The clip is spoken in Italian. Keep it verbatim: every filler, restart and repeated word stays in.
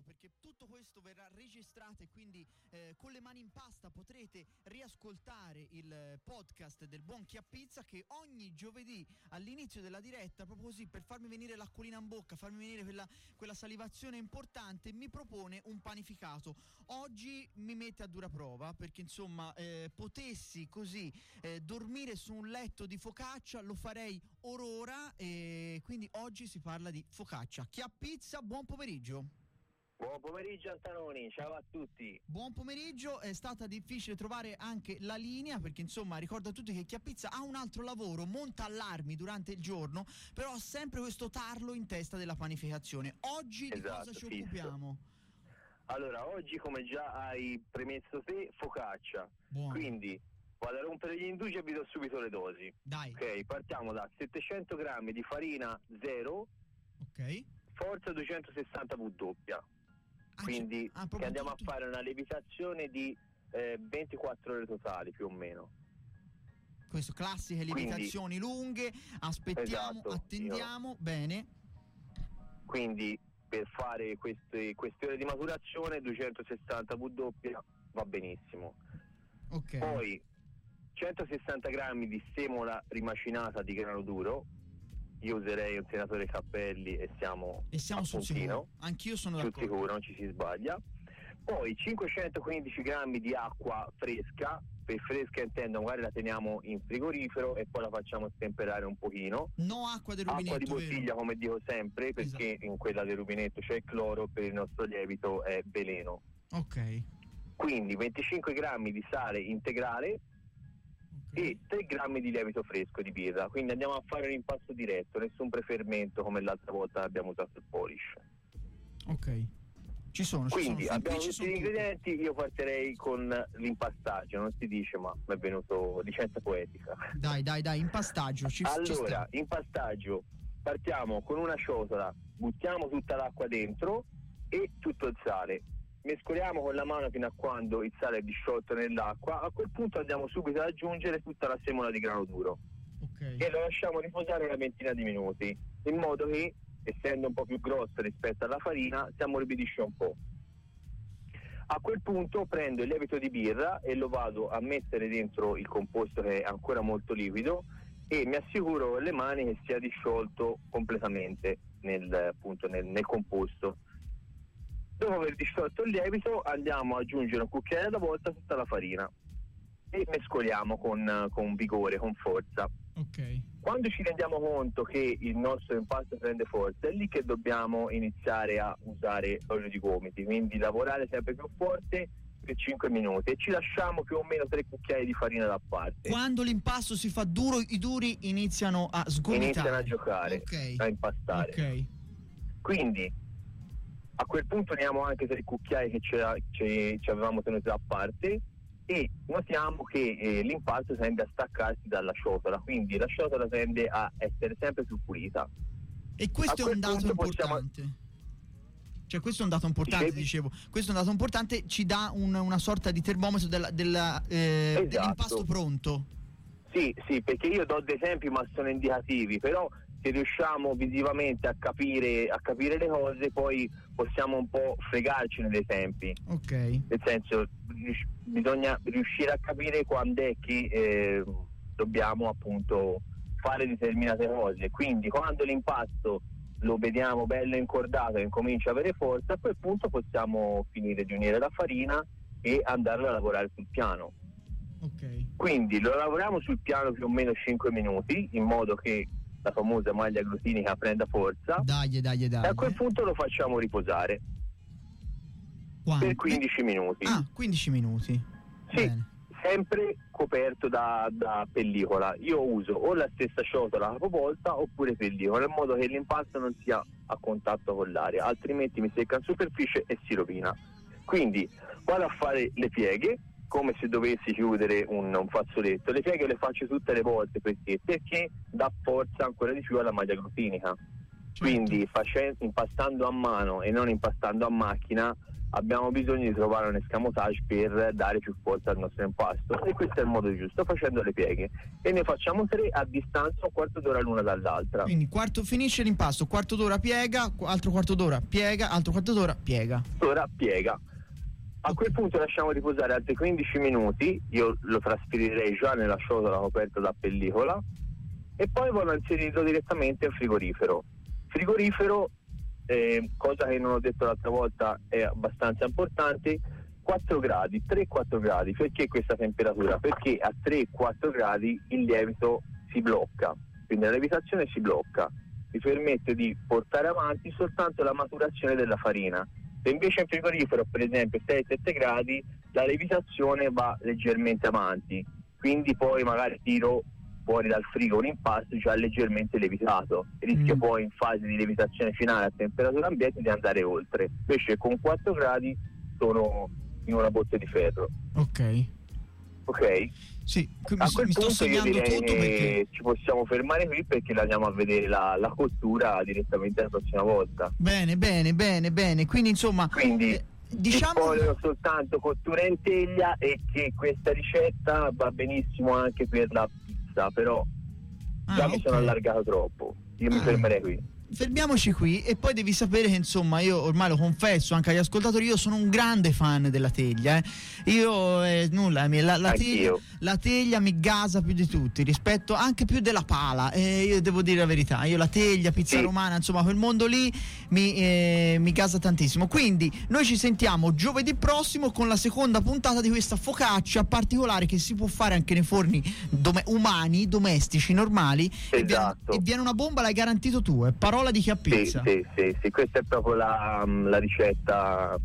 perché tutto questo verrà registrato e quindi eh, con le mani in pasta potrete riascoltare il podcast del buon Chiappizza, che ogni giovedì all'inizio della diretta, proprio così per farmi venire l'acquolina in bocca, farmi venire quella, quella salivazione importante, mi propone un panificato. Oggi mi mette a dura prova perché insomma eh, potessi così eh, dormire su un letto di focaccia, lo farei orora, e quindi oggi si parla di focaccia. Chiappizza, buon pomeriggio. Buon pomeriggio Antanoni, ciao a tutti. Buon pomeriggio, è stata difficile trovare anche la linea perché insomma ricordo a tutti che Chiappizza ha un altro lavoro, monta allarmi durante il giorno, però ha sempre questo tarlo in testa della panificazione. Oggi di Esatto, cosa ci fisso. occupiamo? Allora, oggi come già hai premesso te, focaccia. Buono. Quindi vado a rompere gli indugi e vi do subito le dosi. Dai. Ok, partiamo da settecento grammi di farina zero, Ok. forza duecentosessanta V doppia. Ah, Quindi ah, che andiamo tutto. a fare una lievitazione di eh, ventiquattro ore totali più o meno. Questo, classiche lievitazioni lunghe, aspettiamo, Esatto, attendiamo, io... bene. Quindi per fare queste, queste ore di maturazione duecentosessanta V doppia va benissimo. Ok. Poi centosessanta grammi di semola rimacinata di grano duro. Io userei un senatore Cappelli e siamo, e siamo a sul puntino. Sicuro. Anch'io sono sul d'accordo. sicuro, non ci si sbaglia. Poi cinquecentoquindici grammi di acqua fresca. Per fresca intendo, magari la teniamo in frigorifero e poi la facciamo stemperare un pochino. No acqua del rubinetto, acqua di bottiglia, vero? come dico sempre, perché esatto. in quella del rubinetto c'è il cloro, per il nostro lievito è veleno. Ok. Quindi venticinque grammi di sale integrale, okay, e tre grammi di lievito fresco di birra. Quindi andiamo a fare un impasto diretto, nessun prefermento come l'altra volta abbiamo usato il polish. Ok. Ci sono, quindi ci sono. abbiamo tutti sono gli tutto. ingredienti. Io partirei con l'impastaggio, non si dice, ma mi è venuto licenza poetica. Dai, dai, dai, impastaggio. Ci, allora, ci sta. impastaggio, partiamo con una ciotola, buttiamo tutta l'acqua dentro e tutto il sale. Mescoliamo con la mano fino a quando il sale è disciolto nell'acqua. A quel punto andiamo subito ad aggiungere tutta la semola di grano duro, okay, e lo lasciamo riposare una ventina di minuti, in modo che, essendo un po' più grosso rispetto alla farina, si ammorbidisce un po'. A quel punto prendo il lievito di birra e lo vado a mettere dentro il composto, che è ancora molto liquido, e mi assicuro con le mani che sia disciolto completamente nel, appunto, nel, nel composto. Dopo aver disciolto il lievito andiamo ad aggiungere un cucchiaio alla volta tutta la farina e mescoliamo con, con vigore, con forza. Okay. Quando ci rendiamo conto che il nostro impasto prende forza, è lì che dobbiamo iniziare a usare l'olio di gomiti, quindi lavorare sempre più forte per cinque minuti e ci lasciamo più o meno tre cucchiai di farina da parte. Quando l'impasto si fa duro, i duri iniziano a sgomitare, iniziano a giocare, okay, a impastare. Okay. Quindi a quel punto uniamo anche tre cucchiai che ci, ci avevamo tenuti da parte e notiamo che eh, l'impasto tende a staccarsi dalla ciotola, quindi la ciotola tende a essere sempre più pulita. E questo è un dato importante. Possiamo... Cioè questo è un dato importante, Dicevi? dicevo, questo è un dato importante, ci dà un, una sorta di termometro della, della, eh, esatto. dell'impasto pronto. Sì, sì, perché io do dei esempi ma sono indicativi, però se riusciamo visivamente a capire a capire le cose, poi possiamo un po' fregarci negli esempi. Ok. Nel senso, rius- bisogna riuscire a capire quando è che eh, dobbiamo appunto fare determinate cose. Quindi quando l'impasto lo vediamo bello incordato e incomincia a avere forza, a quel punto possiamo finire di unire la farina e andarla a lavorare sul piano. Ok. Quindi lo lavoriamo sul piano più o meno cinque minuti, in modo che la famosa maglia glutinica prenda forza. Dai, dai, dai. E a quel punto lo facciamo riposare. Quanto? Per quindici minuti. Ah, quindici minuti. Sì, bene, sempre coperto da, da pellicola. Io uso o la stessa ciotola capovolta oppure pellicola, in modo che l'impasto non sia a contatto con l'aria, altrimenti mi secca in superficie e si rovina. Quindi vado a fare le pieghe come se dovessi chiudere un, un fazzoletto. Le pieghe le faccio tutte le volte perché perché dà forza ancora di più alla maglia glutinica. Certo. Quindi facendo, impastando a mano e non impastando a macchina, abbiamo bisogno di trovare un escamotage per dare più forza al nostro impasto, e questo è il modo giusto, facendo le pieghe, e ne facciamo tre a distanza un quarto d'ora l'una dall'altra. Quindi quarto, finisce l'impasto, quarto d'ora piega, altro quarto d'ora piega, altro quarto d'ora piega. Ora piega. A quel punto lasciamo riposare altri quindici minuti, io lo trasferirei già nella ciotola coperta da pellicola, e poi vado a inserirlo direttamente in frigorifero. Frigorifero, eh, cosa che non ho detto l'altra volta, è abbastanza importante, quattro gradi, tre quattro gradi. Perché questa temperatura? Perché a tre quattro gradi il lievito si blocca, quindi la lievitazione si blocca, vi permette di portare avanti soltanto la maturazione della farina. Se invece in frigorifero, per esempio sei sette gradi, la lievitazione va leggermente avanti, quindi poi magari tiro fuori dal frigo un impasto già leggermente lievitato, rischia mm. poi in fase di lievitazione finale a temperatura ambiente di andare oltre. Invece con quattro gradi sono in una botte di ferro. Ok. Ok? Sì, mi, a quel mi sto punto io segnando direi tutto perché... ci possiamo fermare qui, perché la andiamo a vedere la, la cottura direttamente la prossima volta. Bene, bene, bene, bene. Quindi insomma... Quindi... Eh... Diciamo spoilerò soltanto cottura in teglia, e che questa ricetta va benissimo anche per la pizza, però ah, già okay. mi sono allargato troppo, io ah. mi fermerei qui. Fermiamoci qui, e poi devi sapere che insomma io ormai lo confesso anche agli ascoltatori, io sono un grande fan della teglia, eh. io eh, nulla la, la, teglia, la teglia mi gasa più di tutti, rispetto anche più della pala, eh, io devo dire la verità, io la teglia, pizza sì. romana, insomma quel mondo lì mi, eh, mi gasa tantissimo. Quindi noi ci sentiamo giovedì prossimo con la seconda puntata di questa focaccia particolare che si può fare anche nei forni dom- umani, domestici, normali. Esatto. E viene, e viene una bomba, l'hai garantito tu, è parola di chi ha pizza. Sì, sì, sì, sì, questa è proprio la, la ricetta